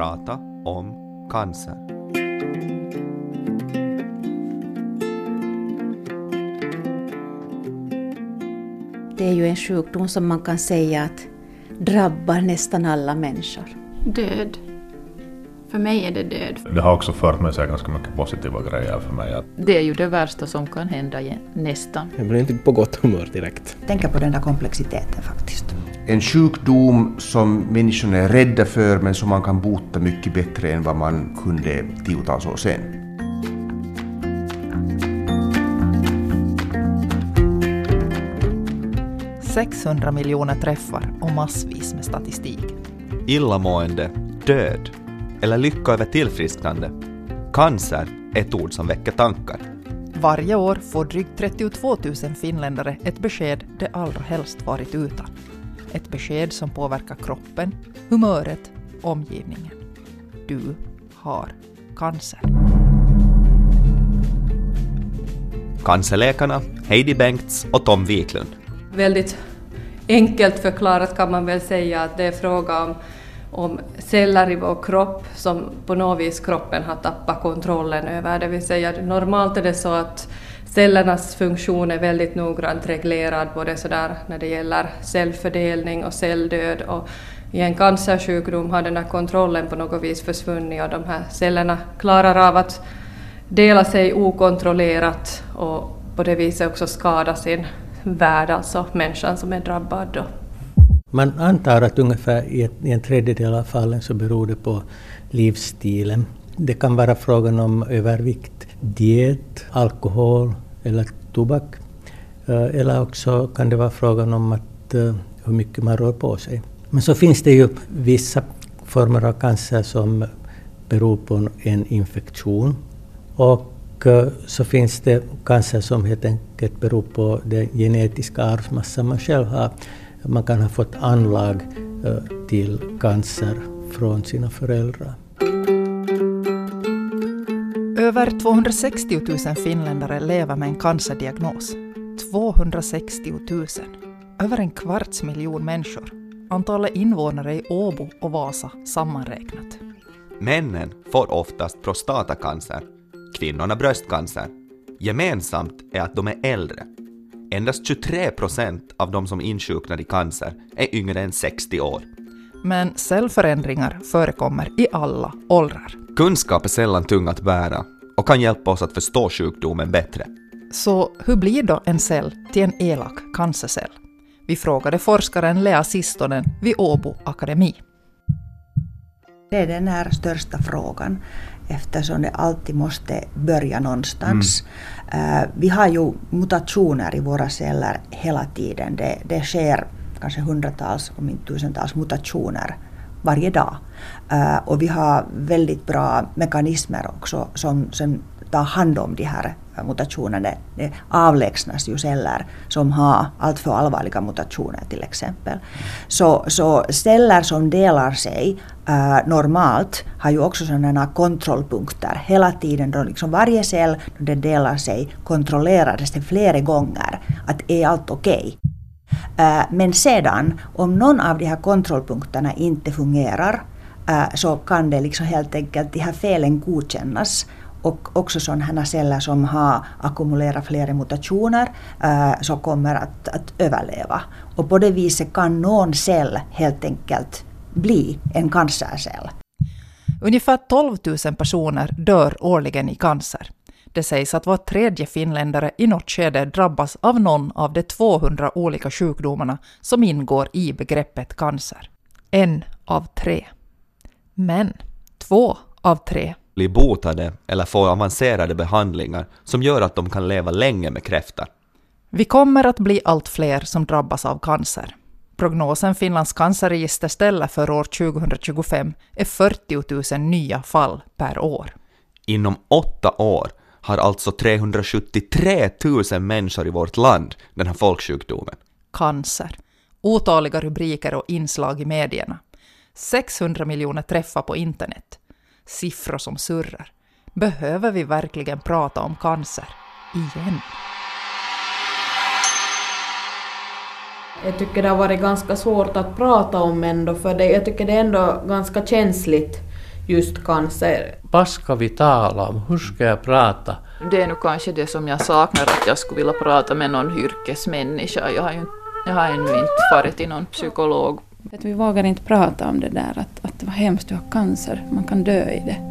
prata om cancer. Det är ju en sjukdom som man kan säga att drabbar nästan alla människor. Död. För mig är det död. Det har också fört med sig ganska mycket positiva grejer för mig. Det är ju det värsta som kan hända nästan. Jag blir inte på gott humör direkt. Tänka på den där komplexiteten faktiskt. En sjukdom som människorna är rädda för men som man kan bota mycket bättre än vad man kunde tiotals år sedan. $600 miljoner träffar och massvis med statistik. Illamående, död eller lycka över tillfrisknande. Cancer är ett ord som väcker tankar. Varje år får drygt 32 000 finländare ett besked de allra helst varit utan. Ett besked som påverkar kroppen, humöret, omgivningen. Du har cancer. Cancerläkarna Heidi Bengts och Tom Wiklund. Väldigt enkelt förklarat kan man väl säga att det är fråga om celler i vår kropp som på något vis kroppen har tappat kontrollen över. Det vill säga normalt är det så att cellernas funktion är väldigt noggrant reglerad både sådär när det gäller cellfördelning och celldöd, och i en cancersjukdom har den här kontrollen på något vis försvunnit och de här cellerna klarar av att dela sig okontrollerat och på det viset också skada sin värld, alltså människan som är drabbad då. Man antar att ungefär i en tredjedel av fallen så beror det på livsstilen. Det kan vara frågan om övervikt, diet, alkohol eller tobak. Eller också kan det vara frågan om att hur mycket man rör på sig. Men så finns det ju vissa former av cancer som beror på en infektion. Och så finns det cancer som helt enkelt beror på den genetiska arvsmassa man själv har. Man kan ha fått anlag till cancer från sina föräldrar. Över 260 000 finländare lever med en cancerdiagnos. 260 000. Över 250 000 människor. Antalet invånare i Åbo och Vasa sammanräknat. Männen får oftast prostatacancer, kvinnorna bröstcancer. Gemensamt är att de är äldre. Endast 23% av de som insjuknar i cancer är yngre än 60 år. Men cellförändringar förekommer i alla åldrar. Kunskap är sällan tung att bära och kan hjälpa oss att förstå sjukdomen bättre. Så hur blir då en cell till en elak cancercell? Vi frågade forskaren Lea Sistonen vid Åbo Akademi. Det är den här största frågan eftersom det alltid måste börja någonstans. Vi har ju mutationer i våra celler hela tiden. Det sker kanske hundratals, om inte tusentals mutationer varje dag. Och vi har väldigt bra mekanismer också som tar hand om de här mutationerna. Det avlägsnas ju celler som har allt för allvarliga mutationer till exempel. Så celler som delar sig normalt har ju också sådana kontrollpunkter. Hela tiden då liksom varje cell när det delar sig kontrolleras det flera gånger att är allt okej. Men sedan om någon av de här kontrollpunkterna inte fungerar så kan det liksom helt enkelt de här felen godkännas. Och också sådana celler som har ackumulerat flera mutationer så kommer att överleva. Och på det viset kan någon cell helt enkelt bli en cancercell. Ungefär 12 000 personer dör årligen i cancer. Det sägs att var tredje finländare i något skede drabbas av någon av de 200 olika sjukdomarna som ingår i begreppet cancer. 1 av 3. Men 2 av 3 blir botade eller får avancerade behandlingar som gör att de kan leva länge med kräftor. Vi kommer att bli allt fler som drabbas av cancer. Prognosen Finlands cancerregister ställer för år 2025 är 40 000 nya fall per år. Inom 8 år har alltså 373 000 människor i vårt land den här folksjukdomen. Cancer. Otaliga rubriker och inslag i medierna. 600 miljoner träffar på internet. Siffror som surrar. Behöver vi verkligen prata om cancer igen? Jag tycker det har varit ganska svårt att prata om ändå, för jag tycker det är ändå ganska känsligt just cancer. Vad ska vi tala om? Hur ska jag prata? Det är nu kanske det som jag saknar, att jag skulle vilja prata med någon yrkesmänniska. Jag har ännu inte varit till någon psykolog. Att vi vågar inte prata om det där, att det var hemskt, du har cancer, man kan dö i det.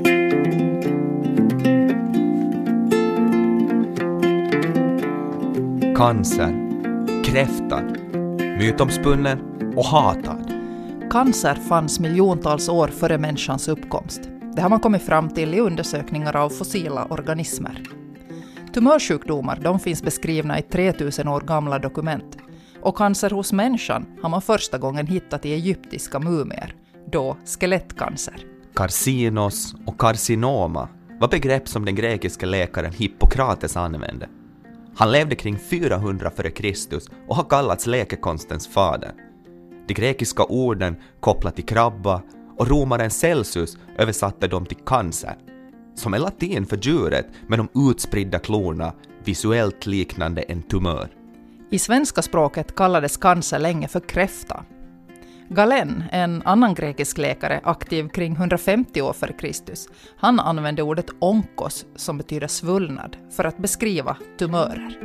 Cancer, kräftan, mytomspunnen och hatad. Cancer fanns miljontals år före människans uppkomst. Det har man kommit fram till i undersökningar av fossila organismer. Tumörsjukdomar, de finns beskrivna i 3000 år gamla dokument. Och cancer hos människan har man första gången hittat i egyptiska mumier, då skelettcancer. Carcinos och carcinoma var begrepp som den grekiska läkaren Hippokrates använde. Han levde kring 400 f.Kr. och har kallats läkekonstens fader. De grekiska orden kopplat till krabba och romaren Celsus översatte dem till cancer, som är latin för djuret med de utspridda klorna, visuellt liknande en tumör. I svenska språket kallades cancer länge för kräfta. Galen, en annan grekisk läkare aktiv kring 150 år före Kristus, han använde ordet onkos som betyder svullnad för att beskriva tumörer.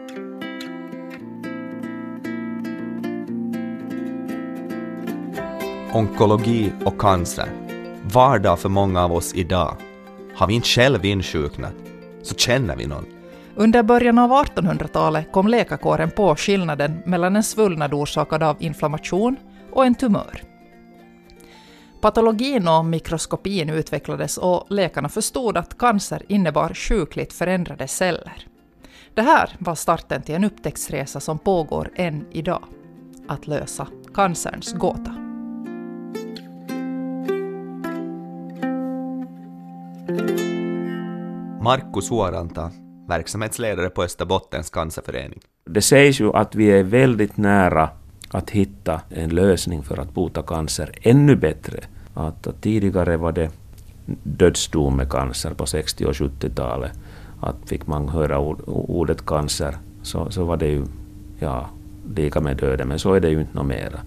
Onkologi och cancer. Vardag för många av oss idag. Har vi inte själv insjuknat så känner vi någon. Under början av 1800-talet kom läkarkåren på skillnaden mellan en svullnad orsakad av inflammation och en tumör. Patologin och mikroskopin utvecklades och läkarna förstod att cancer innebar sjukligt förändrade celler. Det här var starten till en upptäcktsresa som pågår än idag. Att lösa cancerns gåta. Markku Suoranta, verksamhetsledare på Österbottens cancerförening. Det sägs ju att vi är väldigt nära att hitta en lösning för att bota cancer ännu bättre. Att tidigare var det dödsdom med cancer på 60- och 70-talet. Att fick man höra ordet cancer så var det ju lika med döden, men så är det ju inte något mera.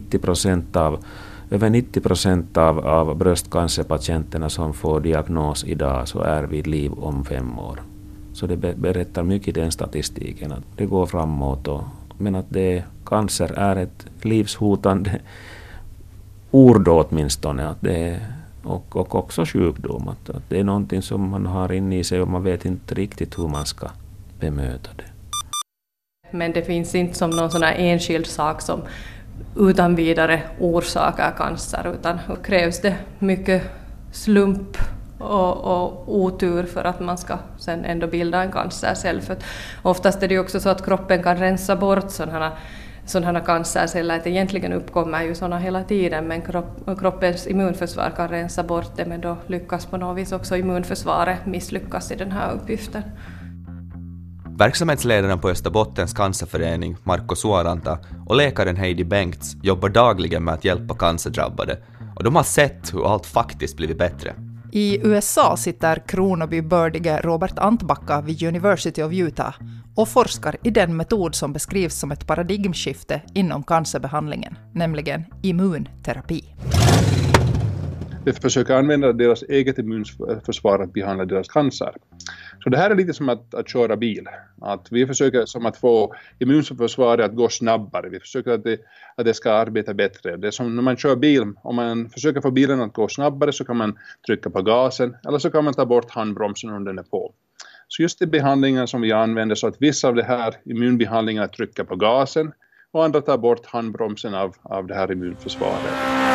Över 90% av bröstcancerpatienterna som får diagnos idag så är vid liv om 5 år. Så det berättar mycket den statistiken att det går framåt. Men att cancer är ett livshotande ord åtminstone. Att och också sjukdom. Att det är någonting som man har inne i sig och man vet inte riktigt hur man ska bemöta det. Men det finns inte som någon sån här enskild sak som utan vidare orsakar cancer, utan krävs det mycket slump och otur för att man ska sen ändå bilda en cancercell. För oftast är det ju också så att kroppen kan rensa bort sådana cancerceller. Att egentligen uppkommer ju sådana hela tiden, men kroppens immunförsvar kan rensa bort det, men då lyckas på något vis också immunförsvaret misslyckas i den här uppgiften. Verksamhetsledaren på Österbottens cancerförening, Markku Suoranta, och läkaren Heidi Bengts jobbar dagligen med att hjälpa cancerdrabbade, och de har sett hur allt faktiskt blivit bättre. I USA sitter Kronoby-bördige Robert Antbacka vid University of Utah och forskar i den metod som beskrivs som ett paradigmskifte inom cancerbehandlingen, nämligen immunterapi. Vi försöker använda deras eget immunförsvar att behandla deras cancer. Så det här är lite som att köra bil. Att vi försöker som att få immunförsvaret att gå snabbare. Vi försöker att det ska arbeta bättre. Det är som när man kör bil. Om man försöker få bilen att gå snabbare så kan man trycka på gasen. Eller så kan man ta bort handbromsen om den är på. Så just i behandlingen som vi använder så att vissa av de här immunbehandlingarna trycker på gasen. Och andra tar bort handbromsen av det här immunförsvaret.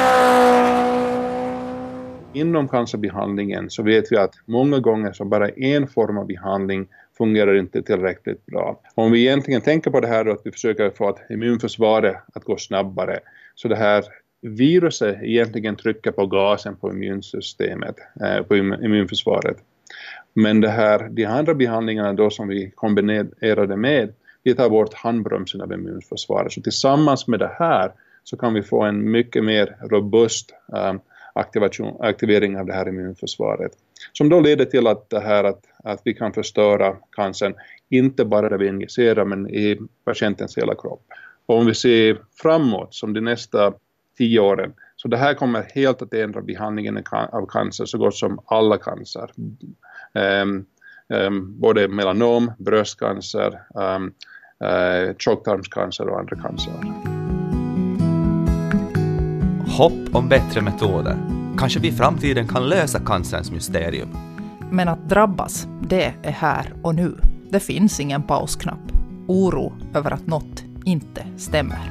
Inom cancerbehandlingen så vet vi att många gånger så bara en form av behandling fungerar inte tillräckligt bra. Om vi egentligen tänker på det här då, att vi försöker få att immunförsvaret att gå snabbare, så det här viruset egentligen trycker på gasen på immunsystemet, på immunförsvaret. Men de andra behandlingarna då som vi kombinerar det med, vi tar bort handbromsen av immunförsvaret. Så tillsammans med det här så kan vi få en mycket mer robust aktivering av det här immunförsvaret. Som då leder till att vi kan förstöra cancern, inte bara där vi injicerar men i patientens hela kropp. Och om vi ser framåt, som de nästa 10 åren, Så det här kommer helt att ändra behandlingen av cancer så gott som alla cancer. Både melanom, bröstcancer, tjocktarmscancer och andra cancer. Hopp om bättre metoder. Kanske vi i framtiden kan lösa cancerns mysterium. Men att drabbas, det är här och nu. Det finns ingen pausknapp. Oro över att något inte stämmer.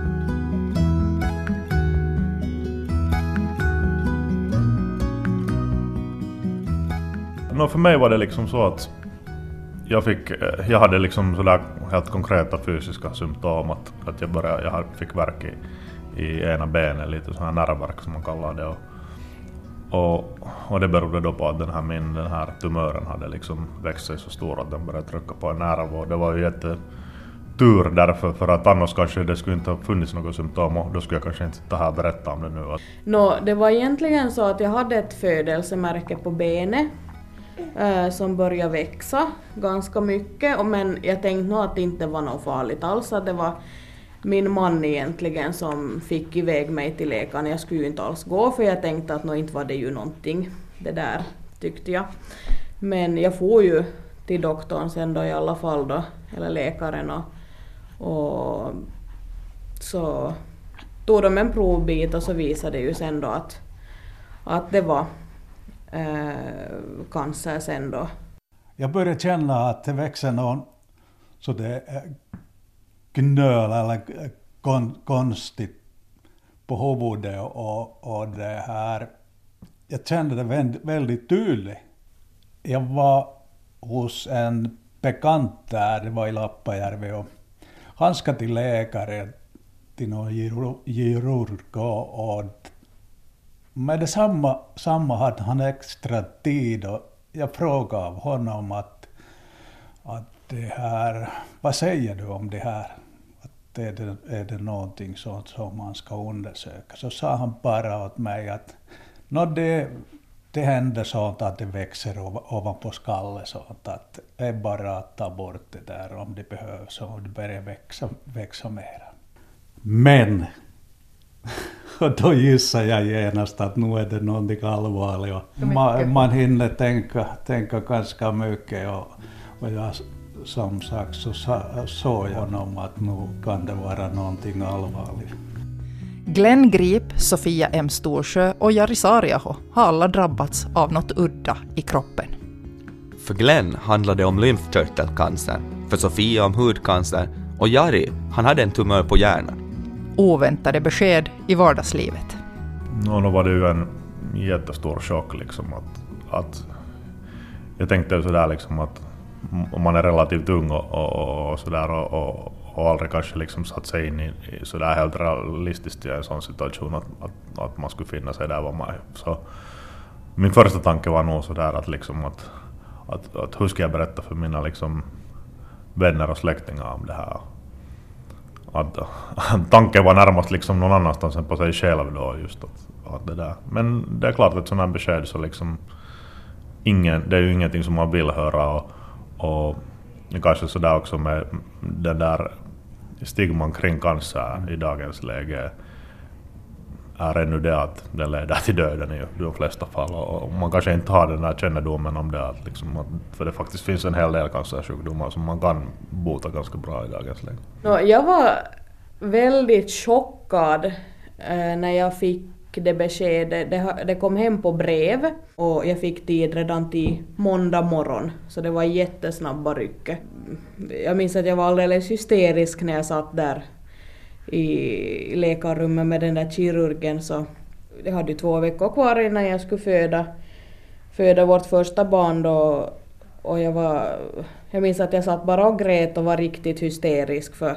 För mig var det liksom så att jag hade liksom sådär helt konkreta fysiska symptom att jag fick värk i ena benet, lite sån här nervvärk som man kallar det. Och det berodde då på att den här tumören hade liksom växt sig så stor att den började trycka på en nerv, och det var ju jättetur därför, för att annars kanske det skulle inte ha funnits några symptom, och då skulle jag kanske inte sitta här och berätta om det nu. Det var egentligen så att jag hade ett födelsemärke på benet som började växa ganska mycket, men jag tänkte nog att det inte var något farligt alls, att det var min man egentligen som fick iväg mig till läkaren. Jag skulle ju inte alls gå, för jag tänkte att inte var det ju någonting, det där tyckte jag. Men jag får ju till doktorn sen då i alla fall då, eller läkaren, och så tog de en provbit och så visade det ju sen då att det var cancer sen då. Jag började känna att det växer någon så det gnöl eller konstigt på huvudet, och det här, jag kände det väldigt tydligt. Jag var hos en bekant där, det var i Lappajärvi, och han ska till läkare, till någon kirurg, och med samma hade han extra tid, och jag frågade av honom att det här, vad säger du om det här? Att är det någonting sånt som man ska undersöka? Så sa han bara åt mig att det händer sånt att det växer ovanpå skallen, sånt att det är bara att ta bort det där om det behövs, och det börjar växa mer. Men och då gissar jag genast att nu är det någonting allvarligt, och man hinner tänka ganska mycket, och jag som sagt så såg jag honom att nu kan det vara någonting allvarligt. Glenn Grip, Sofia M. Storsjö och Jari Saariaho har alla drabbats av något udda i kroppen. För Glenn handlade det om lymfkörtelcancer, för Sofia om hudcancer, och Jari, han hade en tumör på hjärnan. Oväntade besked i vardagslivet. Då var det ju en jättestor chock liksom, att jag tänkte ju sådär liksom att om man är relativt ung och sådär och aldrig kanske liksom satt sig in i sådär helt realistiskt i en sån situation att man skulle finna sig där var man. Så min första tanke var nog sådär att liksom att hur ska jag berätta för mina liksom vänner och släktingar om det här. Att tanken var närmast liksom någon annanstans än på sig själv då, just att det där. Men det är klart att sådana här besked så liksom det är ju ingenting som man vill höra, och kanske sådär också med den där stigman kring cancer i dagens läge är ännu det att den leder till döden i de flesta fall, och man kanske inte har den där kännedomen om det, att liksom, för det faktiskt finns en hel del cancersjukdomar som man kan bota ganska bra i dagens läge. Jag var väldigt chockad när jag fick det beskedet. Det kom hem på brev, och jag fick tid redan till måndag morgon, så det var jättesnabba rycke. Jag minns att jag var alldeles hysterisk när jag satt där i läkarrummet med den där kirurgen, så jag hade ju 2 veckor kvar innan jag skulle föda vårt första barn då, och jag minns att jag satt bara och grät och var riktigt hysterisk, för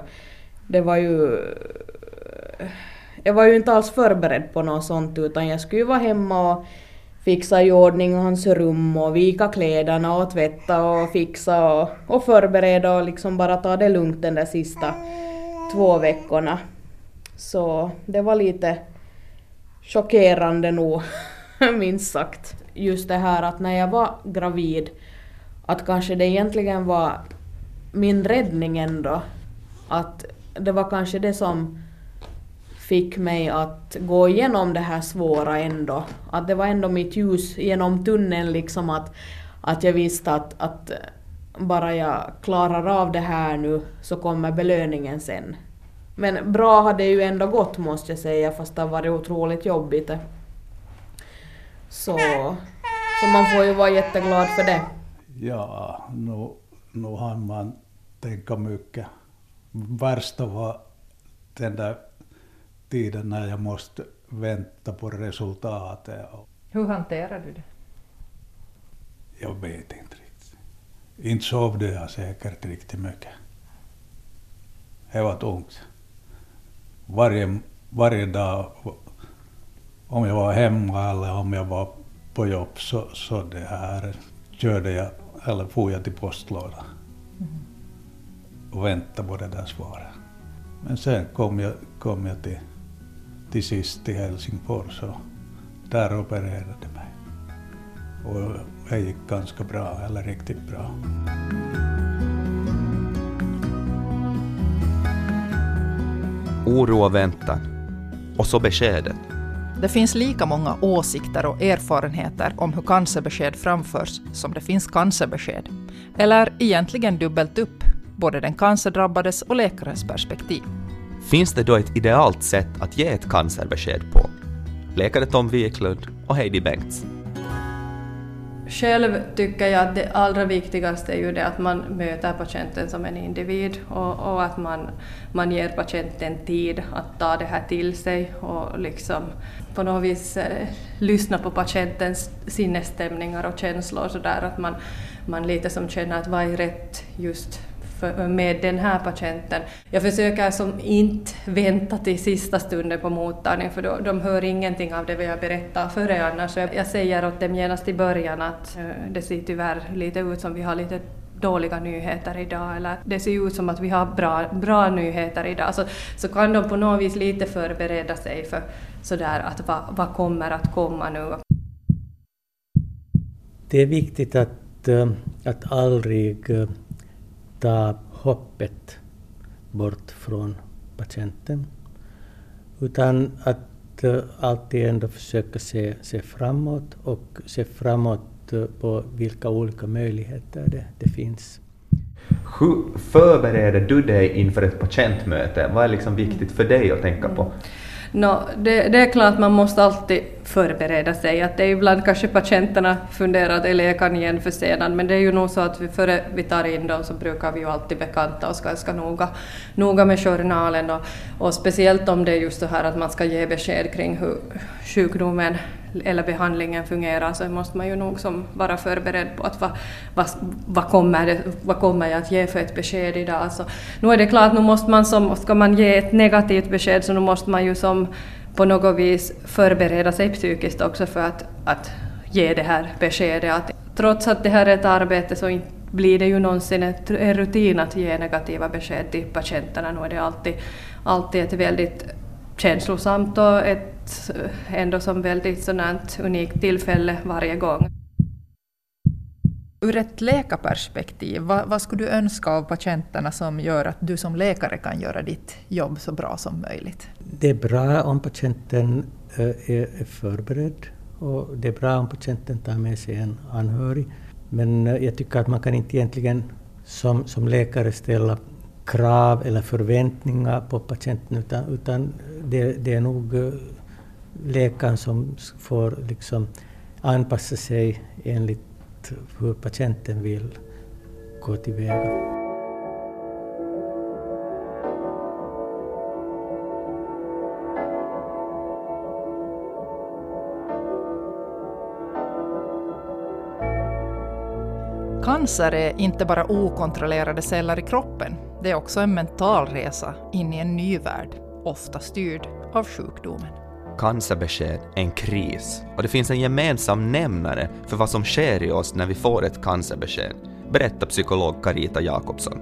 jag var ju inte alls förberedd på något sånt, utan jag skulle vara hemma och fixa i ordning hans rum och vika kläderna och tvätta och fixa och förbereda och liksom bara ta det lugnt den där sista 2 veckorna. Så det var lite chockerande nog, minst sagt. Just det här att när jag var gravid, att kanske det egentligen var min räddning ändå. Att det var kanske det som fick mig att gå igenom det här svåra ändå. Att det var ändå mitt ljus genom tunneln liksom att jag visste att bara jag klarar av det här nu så kommer belöningen sen. Men bra hade ju ändå gått måste jag säga, fast det har varit otroligt jobbigt. Så man får ju vara jätteglad för det. Ja, nu har man tänka mycket. Värsta var den där tiden när jag måste vänta på resultatet. Hur hanterar du det? Jag vet inte riktigt. Inte sovde jag säkert riktigt mycket. Det var tungt. Varje dag, om jag var hemma eller om jag var på jobb så det här körde jag eller får jag till postlådan och väntade på det där svaret. Men sen kom jag till sist till Helsingfors och där opererade de mig. Och det gick ganska bra, eller riktigt bra. Oro och väntan. Och så beskedet. Det finns lika många åsikter och erfarenheter om hur cancerbesked framförs som det finns cancerbesked. Eller egentligen dubbelt upp, både den cancerdrabbades och läkarens perspektiv. Finns det då ett idealt sätt att ge ett cancerbesked på? Läkare Tom Wiklund och Heidi Bengts. Själv tycker jag att det allra viktigaste är ju det att man möter patienten som en individ och att man ger patienten tid att ta det här till sig och liksom på något vis lyssna på patientens sinnesstämningar och känslor så där att man lite som känner att vad är rätt just med den här patienten. Jag försöker som inte vänta till sista stunden på mottagning för de hör ingenting av det vi har berättat före annars. Jag säger åt dem genast i början att det ser tyvärr lite ut som vi har lite dåliga nyheter idag eller det ser ut som att vi har bra nyheter idag. Så kan de på något vis lite förbereda sig för sådär att vad kommer att komma nu. Det är viktigt att aldrig ta hoppet bort från patienten utan att alltid ändå försöka se framåt och se framåt på vilka olika möjligheter det finns. Hur förbereder du dig inför ett patientmöte? Vad är liksom viktigt för dig att tänka på? Det är klart att man måste alltid förbereda sig. Att det är ibland kanske patienterna funderar att är läkaren igen försenad, men det är ju nog så att före vi tar in dem så brukar vi ju alltid bekanta oss ganska noga med journalen och speciellt om det är just så här att man ska ge besked kring hur sjukdomen eller behandlingen fungerar så måste man ju nog som vara förberedd på att vad kommer jag att ge för ett besked idag. Så nu är det klart, nu måste man ska man ge ett negativt besked så nu måste man ju som på något vis förbereda sig psykiskt också för att ge det här beskedet. Att trots att det här är ett arbete så blir det ju någonsin en rutin att ge negativa besked till patienterna. Nu är det alltid ett väldigt känslosamt och ett ändå som väldigt sådant unikt tillfälle varje gång. Ur ett läkarperspektiv, vad skulle du önska av patienterna som gör att du som läkare kan göra ditt jobb så bra som möjligt? Det är bra om patienten är förberedd och det är bra om patienten tar med sig en anhörig. Men jag tycker att man kan inte egentligen som läkare ställa krav eller förväntningar på patienten utan det är nog läkaren som får liksom anpassa sig enligt hur patienten vill gå tillväga. Cancer är inte bara okontrollerade celler i kroppen. Det är också en mental resa in i en ny värld, ofta styrd av sjukdomen. Cancerbesked är en kris och det finns en gemensam nämnare för vad som sker i oss när vi får ett cancerbesked, berättar psykolog Carita Jakobsson.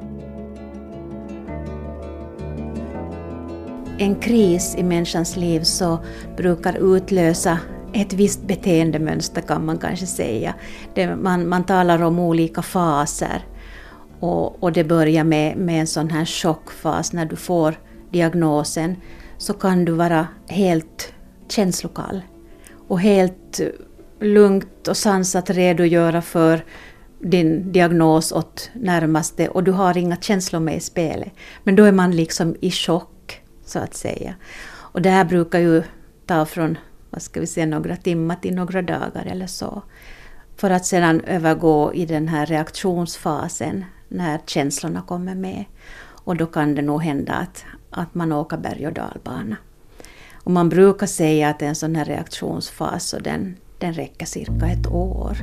En kris i människans liv så brukar utlösa ett visst beteendemönster kan man kanske säga. Man talar om olika faser och det börjar med en sån här chockfas när du får diagnosen. så kan du vara helt känslokall och helt lugnt och sansat redogöra för din diagnos åt närmaste och du har inga känslor med i spelet. Men då är man liksom i chock så att säga. Och det här brukar ju ta från några timmar till några dagar eller så. För att sedan övergå i den här reaktionsfasen när känslorna kommer med. Och då kan det nog hända att man åker berg- och dalbana. Och man brukar säga att en sån här reaktionsfas så den räcker cirka 1 år.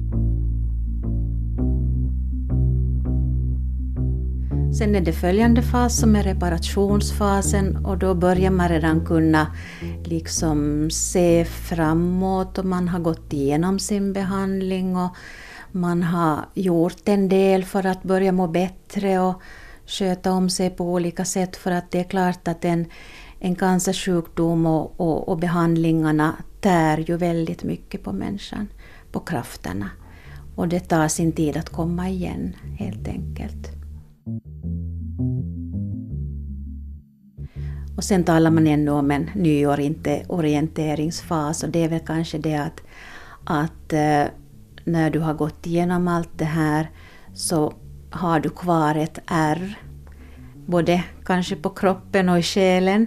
Sen är det följande fas som är reparationsfasen och då börjar man redan kunna liksom se framåt och man har gått igenom sin behandling och man har gjort en del för att börja må bättre och sköta om sig på olika sätt för att det är klart att en cancersjukdom och behandlingarna tär ju väldigt mycket på människan, på krafterna. Och det tar sin tid att komma igen helt enkelt. Och sen talar man ännu om en ny orienteringsfas och det är väl kanske det att när du har gått igenom allt det här så har du kvar ett ärr, både kanske på kroppen och i själen,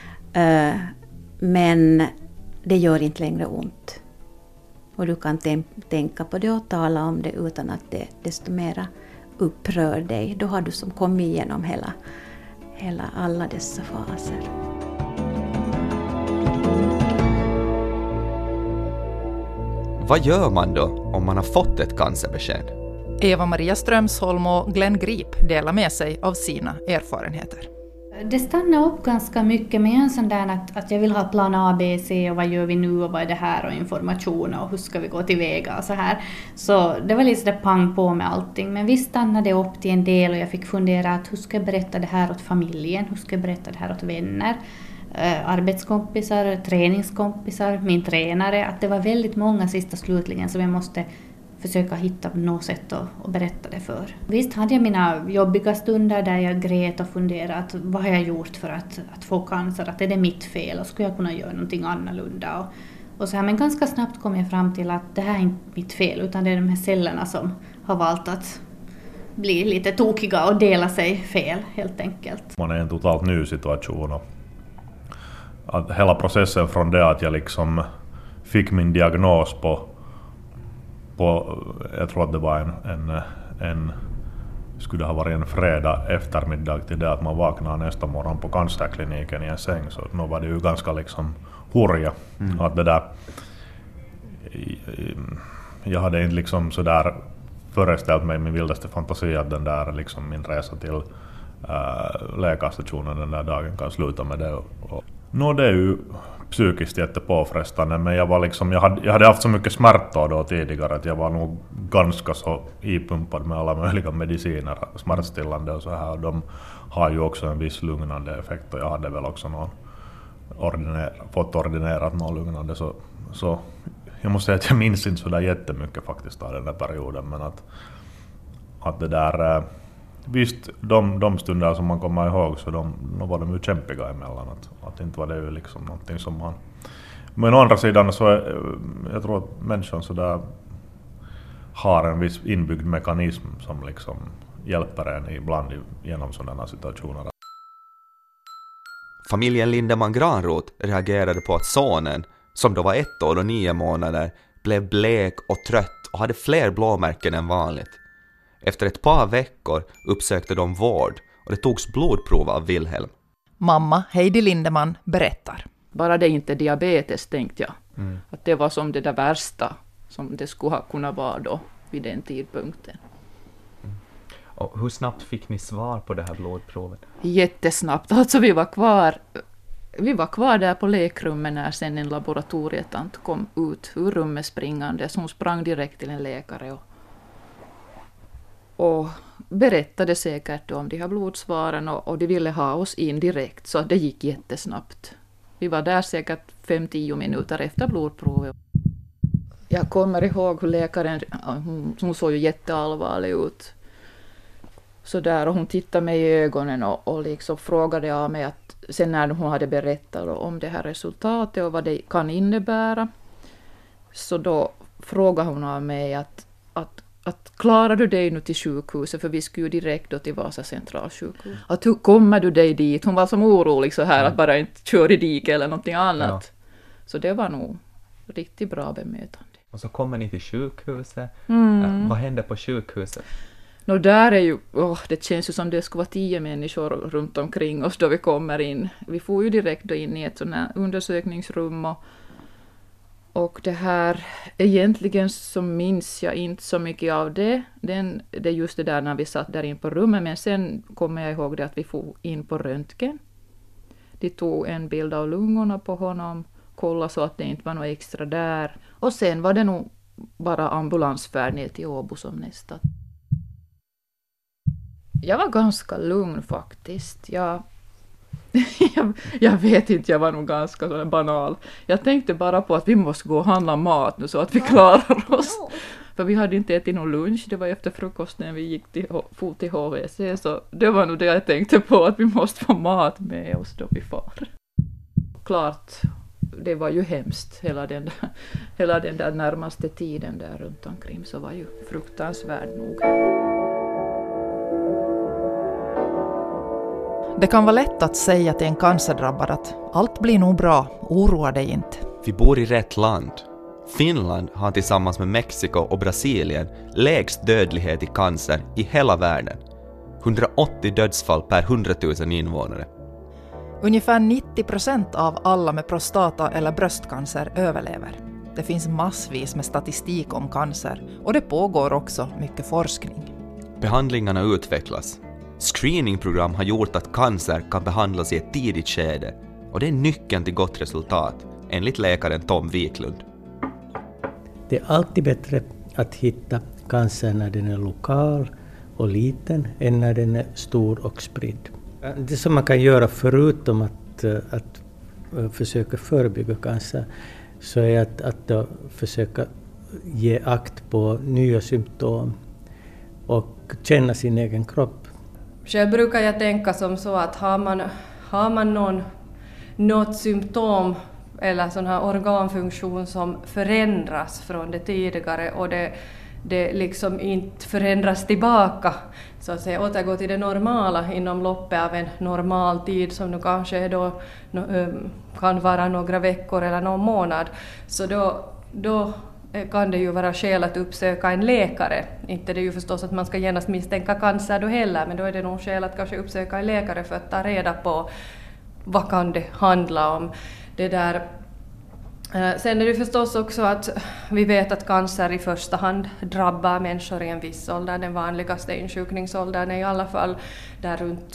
men det gör inte längre ont. Och du kan tänka på det och tala om det utan att det desto mera upprör dig. Då har du som kommit igenom alla dessa faser. Vad gör man då om man har fått ett cancerbesked? Eva-Maria Strömsholm och Glenn Grip delar med sig av sina erfarenheter. Det stannar upp ganska mycket med en sån där att jag vill ha plan A, B, C och vad gör vi nu och vad är det här och information och hur ska vi gå tillväga och så här. Så det var lite pang på med allting. Men vi stannade upp till en del och jag fick fundera att hur ska jag berätta det här åt familjen, hur ska jag berätta det här åt vänner, arbetskompisar, träningskompisar, min tränare. Att det var väldigt många sista slutligen som jag måste försöka hitta något sätt att berätta det för. Visst hade jag mina jobbiga stunder där jag grät och funderade att vad har jag gjort för att få cancer, att är det mitt fel och skulle jag kunna göra någonting annorlunda och så här. Men ganska snabbt kom jag fram till att det här är inte mitt fel utan det är de här cellerna som har valt att bli lite tokiga och dela sig fel helt enkelt. Man är i en totalt ny situation och att hela processen från det att jag liksom fick min diagnos på jag tror att det var en skulle ha varit en fredag eftermiddag till det att man vaknar nästa morgon på cancerkliniken i en säng, så nu var det ju ganska liksom hurja att det där jag hade inte liksom så där föreställt mig min vildaste fantasi att den där liksom min resa till läkarstationen den där dagen kan sluta med det och det är ju psykiskt jättepåfrestande, men jag var liksom, jag hade haft så mycket smärta då tidigare att jag var nog ganska så ipumpad med alla möjliga mediciner, smärtstillande och så här, och de har ju också en viss lugnande effekt och jag hade väl också fått ordinerat någon lugnande så jag måste säga att jag minns inte så där jättemycket faktiskt av den där perioden, men att det där visst, de stunder som man kommer ihåg så de var de ju kämpiga emellan. Att inte var det ju liksom någonting som man... Men å andra sidan så jag tror att människan så där har en viss inbyggd mekanism som liksom hjälper en ibland genom sådana situationer. Familjen Lindeman Granroth reagerade på att sonen, som då var 1 år och 9 månader, blev blek och trött och hade fler blåmärken än vanligt. Efter ett par veckor uppsökte de vård och det togs blodprov av Wilhelm. Mamma Heidi Lindeman berättar. Bara det inte diabetes tänkte jag. Att det var som det där värsta som det skulle ha kunnat vara då vid den tidpunkten. Och hur snabbt fick ni svar på det här blodprovet? Jättesnabbt. Alltså vi var kvar där på lekrummet när sen en laboratorietant kom ut ur rummet springande. Hon sprang direkt till en läkare och berättade säkert om de här blodsvaren och de ville ha oss in direkt, så det gick jättesnabbt. Vi var där säkert 5-10 minuter efter blodprovet. Jag kommer ihåg hur läkaren, hon såg ju jätteallvarlig ut. Så där, och hon tittade mig i ögonen och liksom frågade av mig att sen när hon hade berättat om det här resultatet och vad det kan innebära, så då frågade hon av mig att klarar du dig nu till sjukhuset, för vi skulle ju direkt då till Vasa centralsjukhus. Att hur kommer du dig dit? Hon var som orolig så här att bara inte köra i diket eller någonting annat. Ja. Så det var nog riktigt bra bemötande. Och så kommer ni till sjukhuset. Vad hände på sjukhuset? Där är ju, det känns ju som det skulle vara 10 människor runt omkring oss då vi kommer in. Vi får ju direkt då in i ett sådant här undersökningsrum och det här, egentligen så minns jag inte så mycket av det. Det är just det där när vi satt där in på rummet, men sen kommer jag ihåg det att vi får in på röntgen. De tog en bild av lungorna på honom, kolla så att det inte var något extra där. Och sen var det nog bara ambulansfärd ner till Åbo som nästa. Jag var ganska lugn faktiskt. Jag vet inte, jag var nog ganska banal. Jag tänkte bara på att vi måste gå och handla mat nu så att vi klarar oss. För vi hade inte ätit någon lunch, det var efter frukost när vi gick till HVC. Så det var nog det jag tänkte på, att vi måste få mat med oss då vi far. Klart, det var ju hemskt, hela den där närmaste tiden där runt omkring, så var ju fruktansvärd nog. Det kan vara lätt att säga till en cancerdrabbad att allt blir nog bra, oroa dig inte. Vi bor i rätt land. Finland har tillsammans med Mexiko och Brasilien lägst dödlighet i cancer i hela världen. 180 dödsfall per 100 000 invånare. Ungefär 90% av alla med prostata- eller bröstcancer överlever. Det finns massvis med statistik om cancer och det pågår också mycket forskning. Behandlingarna utvecklas. Screeningprogram har gjort att cancer kan behandlas i ett tidigt skede och det är nyckeln till gott resultat, enligt läkaren Tom Wiklund. Det är alltid bättre att hitta cancer när den är lokal och liten än när den är stor och spridd. Det som man kan göra förutom att försöka förebygga cancer, så är att då försöka ge akt på nya symptom och känna sin egen kropp. Själv brukar jag tänka som så att har man något symptom eller sån här organfunktion som förändras från det tidigare och det liksom inte förändras tillbaka, så att säga återgå till det normala inom loppet av en normal tid som nu kanske då kan vara några veckor eller någon månad, så då kan det ju vara skäl att uppsöka en läkare. Inte det är ju förstås att man ska genast misstänka cancer då heller, men då är det nog skäl att kanske uppsöka en läkare för att ta reda på vad kan det handla om. Det där. Sen är det förstås också att vi vet att cancer i första hand drabbar människor i en viss ålder. Den vanligaste insjukningsåldern är i alla fall där runt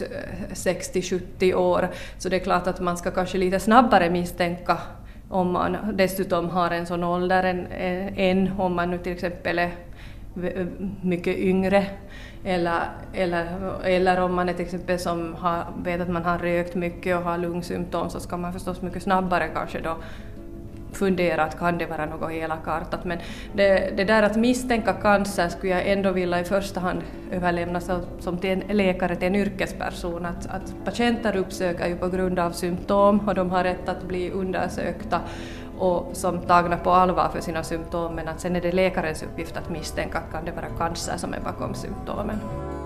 60-70 år. Så det är klart att man ska kanske lite snabbare misstänka om man dessutom har en sån ålder än om man nu till exempel är mycket yngre eller om man är till exempel som vet att man har rökt mycket och har lungsymptom, så ska man förstås mycket snabbare kanske då fundera att kan det vara något elakartat. Men det där att misstänka cancer skulle jag ändå vilja i första hand överlämna som till en läkare, till en yrkesperson. Att patienter uppsöker ju på grund av symptom och de har rätt att bli undersökta och som tagna på allvar för sina symptom, men att sen är det läkarens uppgift att misstänka att kan det vara cancer som är bakom symptomen.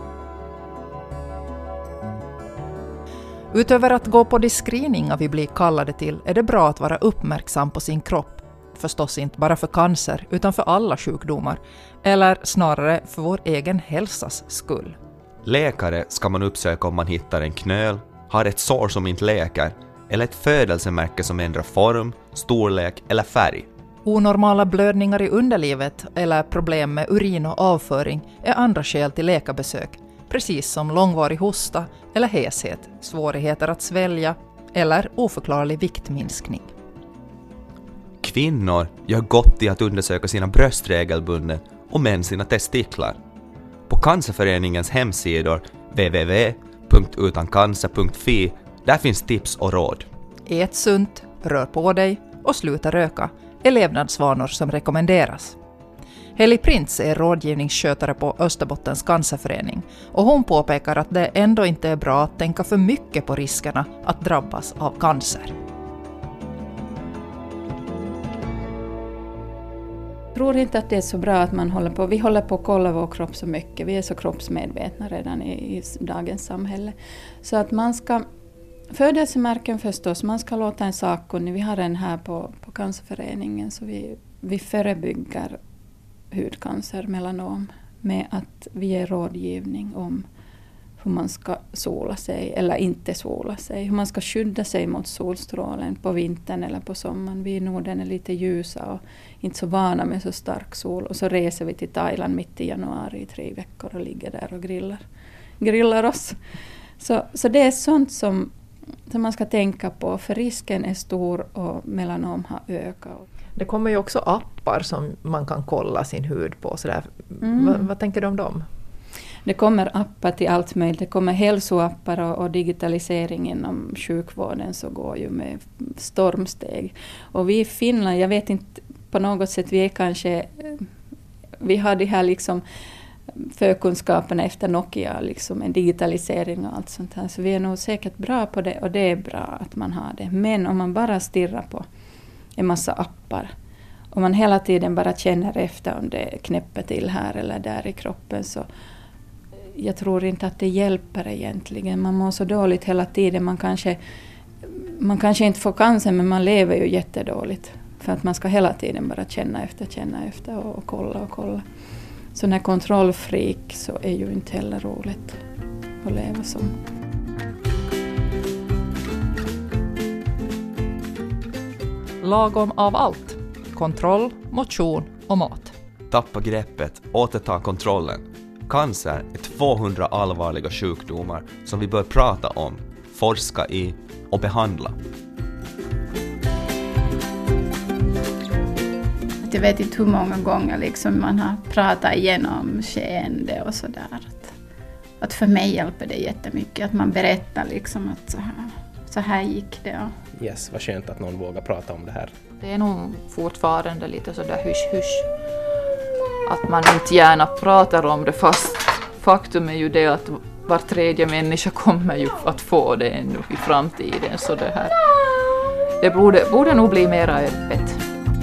Utöver att gå på de screeningar vi blir kallade till är det bra att vara uppmärksam på sin kropp. Förstås inte bara för cancer utan för alla sjukdomar. Eller snarare för vår egen hälsas skull. Läkare ska man uppsöka om man hittar en knöl, har ett sår som inte läker eller ett födelsemärke som ändrar form, storlek eller färg. Onormala blödningar i underlivet eller problem med urin och avföring är andra skäl till läkarbesök. Precis som långvarig hosta eller heshet, svårigheter att svälja eller oförklarlig viktminskning. Kvinnor gör gott i att undersöka sina bröst regelbundet och män sina testiklar. På Cancerföreningens hemsidor www.utancancer.fi där finns tips och råd. Ät sunt, rör på dig och sluta röka är levnadsvanor som rekommenderas. Heli Printz är rådgivningsskötare på Österbottens cancerförening och hon påpekar att det ändå inte är bra att tänka för mycket på riskerna att drabbas av cancer. Jag tror inte att det är så bra att vi håller på att kolla vår kropp så mycket. Vi är så kroppsmedvetna redan i dagens samhälle. Så att man ska, födelsemärken förstås, man ska låta en sakkunnig, vi har en här på cancerföreningen, så vi förebygger hudcancer, melanom, med att vi ger rådgivning om hur man ska sola sig eller inte sola sig. Hur man ska skydda sig mot solstrålen på vintern eller på sommaren. Vi i Norden är lite ljusa och inte så vana med så stark sol. Och så reser vi till Thailand mitt i januari i 3 veckor och ligger där och grillar oss. Så det är sånt som man ska tänka på, för risken är stor och melanom har ökat. Det kommer ju också appar som man kan kolla sin hud på. Vad tänker du om dem? Det kommer appar till allt möjligt. Det kommer hälsoappar och digitalisering inom sjukvården så går ju med stormsteg. Och vi i Finland, jag vet inte, på något sätt vi har det här liksom förkunskaperna efter Nokia, liksom en digitalisering och allt sånt här. Så vi är nog säkert bra på det och det är bra att man har det. Men om man bara stirrar på en massa appar och man hela tiden bara känner efter om det knäpper till här eller där i kroppen, så jag tror inte att det hjälper egentligen. Man mår så dåligt hela tiden. Man kanske inte får cancer, men man lever ju jättedåligt. För att man ska hela tiden bara känna efter och kolla. Så när kontrollfreak så är ju inte heller roligt att leva som. Lagom av allt. Kontroll, motion och mat. Tappa greppet, återta kontrollen. Cancer är 200 allvarliga sjukdomar som vi bör prata om, forska i och behandla. Jag vet inte hur många gånger liksom man har pratat igenom skeende och sådär. Att för mig hjälper det jättemycket att man berättar liksom att så här gick det. Yes, vad skönt att någon vågar prata om det här. Det är nog fortfarande lite sådär hysch. Att man inte gärna pratar om det, fast faktum är ju det att var tredje människa kommer ju att få det ännu i framtiden. Så det borde nog bli mera öppet.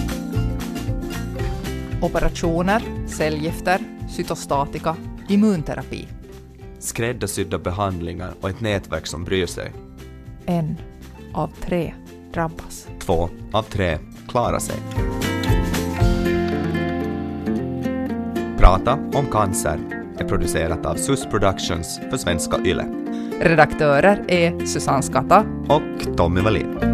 Operationer, cellgifter, cytostatika, immunterapi. Skräddarsydda behandlingar och ett nätverk som bryr sig. 1 av 3 drabbas. 2 av 3 klarar sig. Prata om cancer är producerat av SUS Productions för Svenska Yle. Redaktörer är Susanne Skatta och Tommy Wallin.